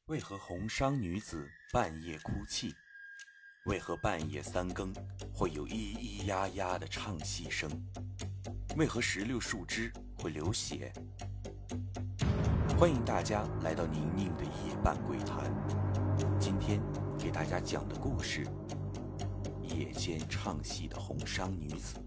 为何红裳女子半夜哭泣？为何半夜3更会有咿咿呀呀的唱戏声？为何16树枝会流血？欢迎大家来到宁宁的夜半鬼谈。今天给大家讲的故事：夜间唱戏的红裳女子。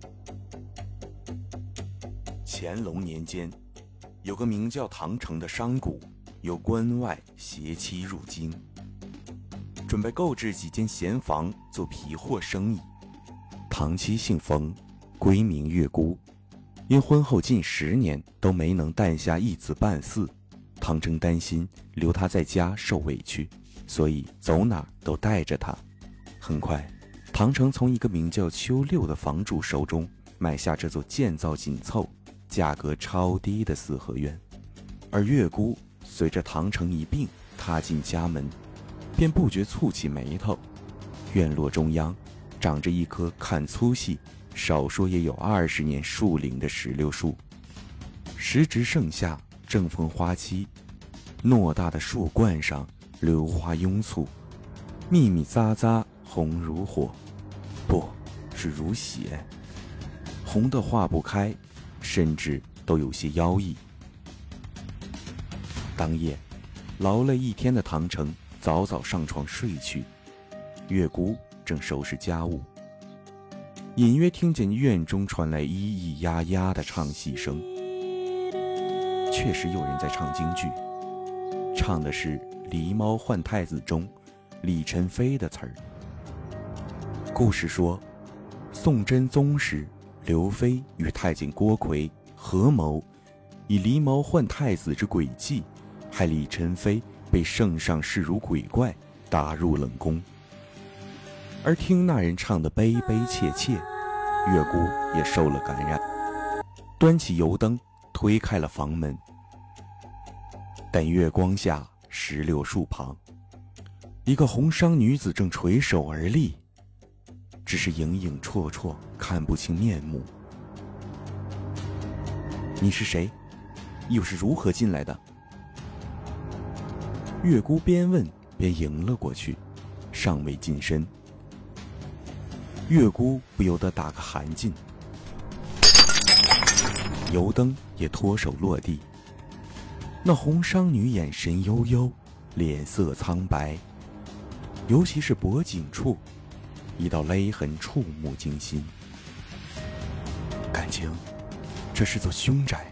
乾隆年间，有个名叫唐城的商贾，有关外携妻入京，准备购置几间闲房做皮货生意。唐妻姓冯，闺名月姑，因婚后近10年都没能诞下一子半嗣，唐城担心留她在家受委屈，所以走哪儿都带着她。很快，唐城从一个名叫邱六的房主手中买下这座建造紧凑、价格超低的4合院。而月姑随着唐城一并踏进家门，便不觉蹙起眉头。院落中央长着一棵看粗细少说也有20年树龄的石榴树，时值盛夏，正逢花期，偌大的树冠上榴花拥簇，密密匝匝，红如火，不是如血，红得化不开，甚至都有些妖异。当夜，劳累一天的唐城早早上床睡去，月姑正收拾家务，隐约听见院中传来咿咿呀呀的唱戏声。确实有人在唱京剧，唱的是《狸猫换太子》中李宸妃的词儿。故事说，宋真宗时，刘妃与太监郭奎合谋，以狸猫换太子之诡计，害李宸妃被圣上视如鬼怪，打入冷宫。而听那人唱得悲悲切切，月姑也受了感染，端起油灯推开了房门。但月光下石榴树旁，一个红裳女子正垂手而立，只是影影绰绰，看不清面目。你是谁？又是如何进来的？月姑边问边迎了过去，尚未近身，月姑不由得打个寒噤，油灯也脱手落地。那红裳女眼神悠悠，脸色苍白，尤其是脖颈处一道勒痕触目惊心，感情这是座凶宅。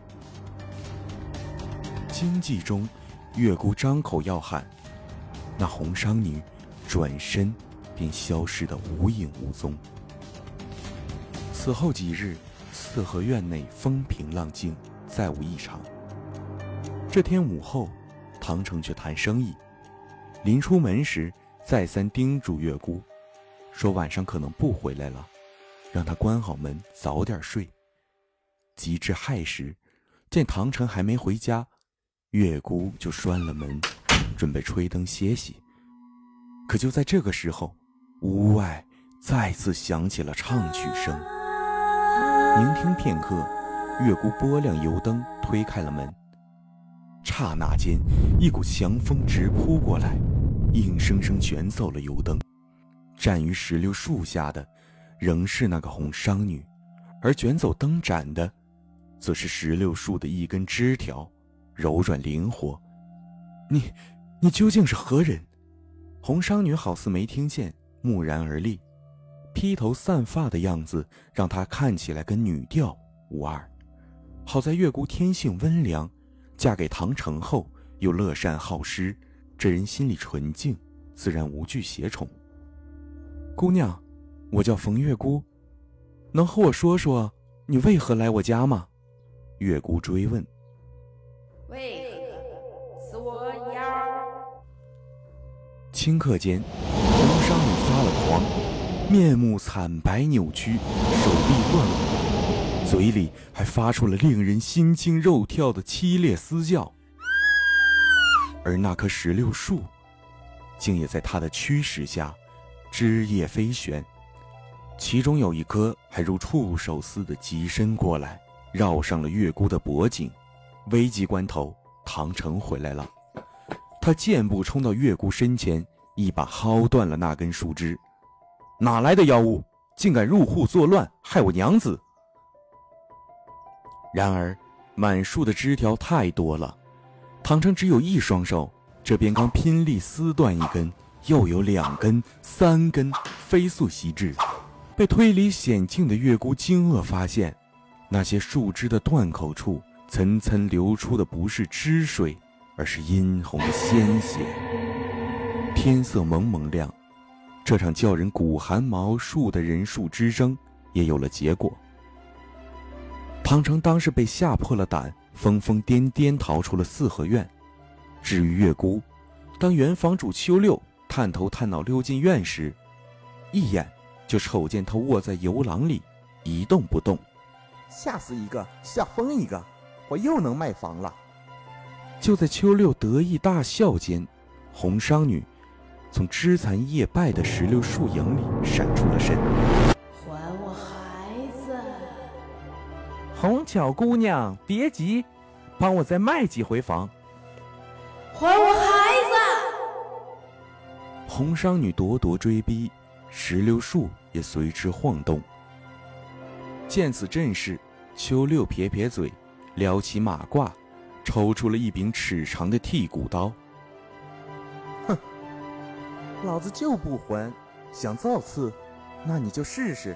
惊悸中，月姑张口要喊，那红裳女转身便消失得无影无踪。此后几日，4合院内风平浪静，再无异常。这天午后，唐城却谈生意，临出门时再三叮嘱月姑，说晚上可能不回来了，让她关好门，早点睡。及至亥时，见唐城还没回家，月姑就拴了门，准备吹灯歇息。可就在这个时候，屋外再次响起了唱曲声。聆听片刻，月姑拨亮油灯，推开了门。刹那间，一股强风直扑过来，硬生生卷走了油灯。站于石榴树下的仍是那个红裳女，而卷走灯盏的则是石榴树的一根枝条，柔软灵活。你究竟是何人？红裳女好似没听见，木然而立，披头散发的样子让她看起来跟女调无二。好在月姑天性温良，嫁给唐城后又乐善好施，这人心里纯净，自然无惧邪宠。姑娘，我叫冯月姑，能和我说说你为何来我家吗？月姑追问。 为何作妖？ 顷刻间，红裳女发了狂，面目惨白扭曲，手臂乱舞，嘴里还发出了令人心惊肉跳的凄烈嘶叫。而那棵石榴树竟也在她的驱使下枝叶飞旋，其中有一棵还如触手似的急伸过来，绕上了月姑的脖颈。危急关头，唐城回来了， 他箭步冲到月姑身前，一把薅断了那根树枝。哪来的妖物，竟敢入户作乱，害我娘子！然而满树的枝条太多了，唐成只有一双手，这边刚拼力撕断一根，又有2根、3根飞速袭至。被推离险境的月姑惊愕发现，那些树枝的断口处层层流出的不是汁水，而是殷红鲜血。天色蒙蒙亮，这场叫人骨寒毛竖的人树之争也有了结果。唐成当时被吓破了胆，疯疯癫癫逃出了四合院。至于月姑，当原房主邱六探头探脑溜进院时，一眼就瞅见他卧在游廊里一动不动。 吓死一个，吓疯一个，我又能卖房了。 就在邱六得意大笑间，红裳女从枝残叶败的石榴树影里闪出了身。 还我孩子！ 红巧姑娘，别急，帮我再卖几回房。 还我孩子！ 红裳女咄咄追逼，石榴树也随之晃动。见此阵势，邱六撇撇嘴，撩起马褂，抽出了一柄尺长的剔骨刀。 哼，老子就不还，想造次，那你就试试。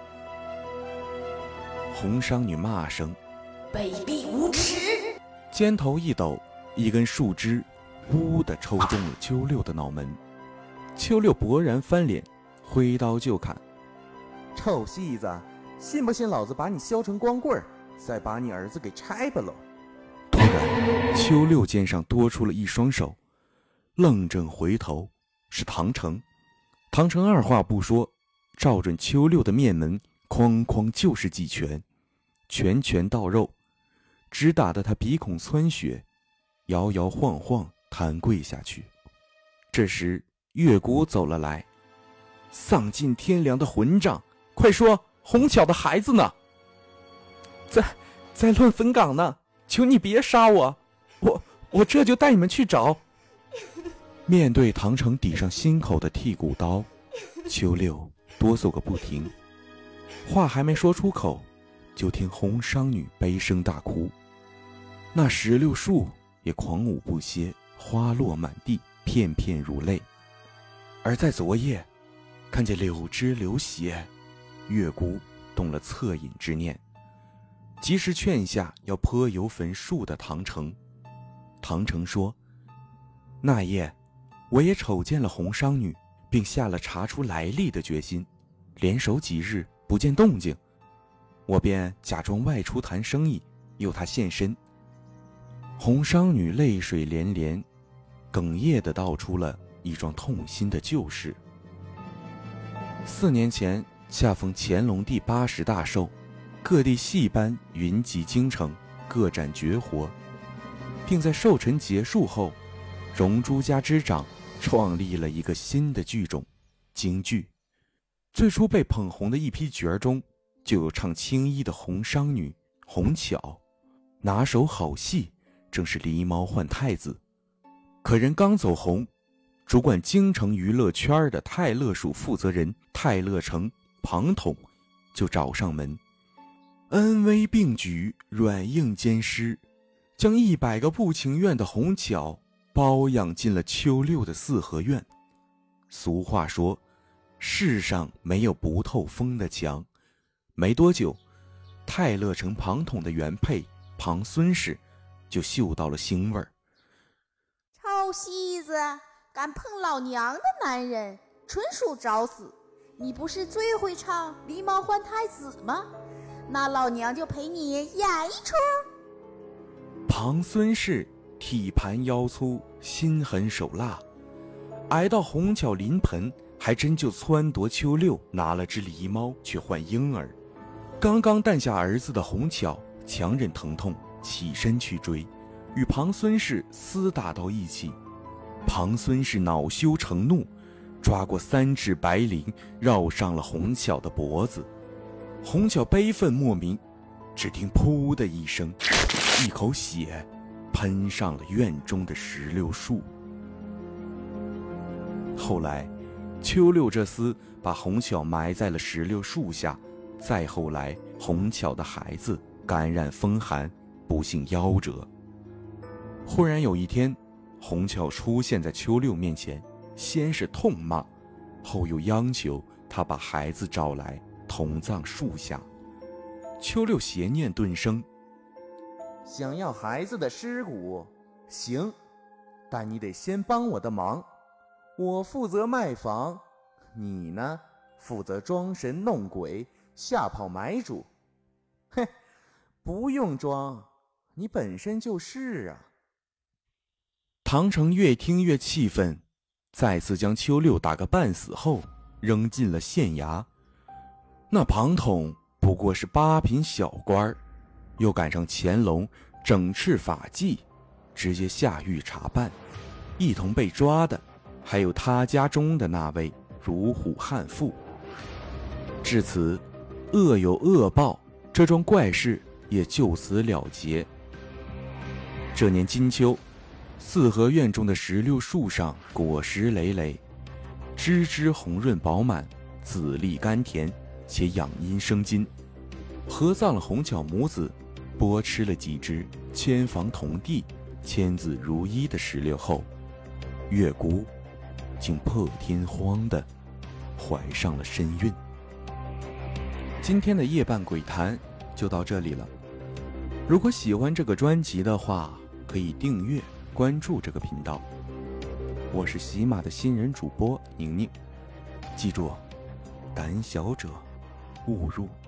红裳女骂声， 卑鄙无耻！ 肩头一抖，一根树枝呜地抽中了邱六的脑门。邱六勃然翻脸，挥刀就砍。 臭戏子，信不信老子把你削成光棍儿，再把你儿子给拆吧喽！ 突然，邱六肩上多出了一双手，愣怔回头，是唐成。唐成二话不说，照准邱六的面门，哐哐就是几拳，拳拳到肉，只打得他鼻孔窜血，摇摇晃晃瘫跪下去。这时月姑走了来，丧尽天良的混账，快说红巧的孩子呢？ 在乱坟岗呢，求你别杀我，我这就带你们去找。 面对唐成抵上心口的剔骨刀，邱六哆嗦个不停，话还没说出口，就听红裳女悲声大哭。那石榴树也狂舞不歇，花落满地，片片如泪。而在昨夜看见柳枝流血，月姑动了恻隐之念，及时劝下要泼油焚树的唐成。唐成说，那夜我也瞅见了红裳女，并下了查出来历的决心，连守几日不见动静，我便假装外出谈生意，诱她现身。红裳女泪水连连，哽咽地道出了一桩痛心的旧事。4年前恰逢乾隆第80大寿，各地戏班云集京城，各展绝活，并在寿辰结束后，荣珠家之长创立了一个新的剧种——京剧。最初被捧红的一批角儿中，就有唱青衣的红裳女红巧，拿手好戏正是狸猫换太子。可人刚走红，主管京城娱乐圈的泰勒署负责人泰勒城庞统就找上门，恩威并举，软硬兼施，将100个不情愿的红巧包养进了邱六的四合院。俗话说，世上没有不透风的墙。没多久，泰勒城庞统的原配庞孙氏就嗅到了腥味儿。 臭戏子，敢碰老娘的男人，纯属找死！你不是最会唱狸猫换太子吗？那老娘就陪你演一出。 庞孙氏体盘腰粗，心狠手辣，挨到红巧临盆，还真就撺掇邱六拿了只狸猫去换婴儿。刚刚诞下儿子的红巧强忍疼痛，起身去追，与庞孙氏厮打到一起。庞孙氏恼羞成怒，抓过3指白绫绕上了红巧的脖子。红巧悲愤莫名，只听噗的一声，一口血喷上了院中的石榴树。 后来，秋六这厮把红巧埋在了石榴树下。再后来，红巧的孩子感染风寒，不幸夭折。忽然有一天，红巧出现在秋六面前，先是痛骂，后又央求他把孩子找来同葬树下。秋六邪念顿生， 想要孩子的尸骨，行，但你得先帮我的忙。我负责卖房，你呢，负责装神弄鬼，吓跑买主。嘿，不用装，你本身就是啊。 唐成越听越气愤，再次将秋六打个半死后扔进了县衙。那庞统不过是八品小官，又赶上乾隆整饬法纪，直接下狱查办。一同被抓的还有他家中的那位如虎悍妇。至此，恶有恶报，这桩怪事也就此了结。这年金秋，四合院中的石榴树上果实累累，枝枝红润饱满，籽粒甘甜，且养阴生津。合葬了红巧母子，剥吃了几只千房同地、千子如一的石榴后，月姑竟破天荒地怀上了身孕。今天的夜半鬼谈就到这里了。如果喜欢这个专辑的话，可以订阅关注这个频道。我是喜马的新人主播宁宁，记住，胆小者勿入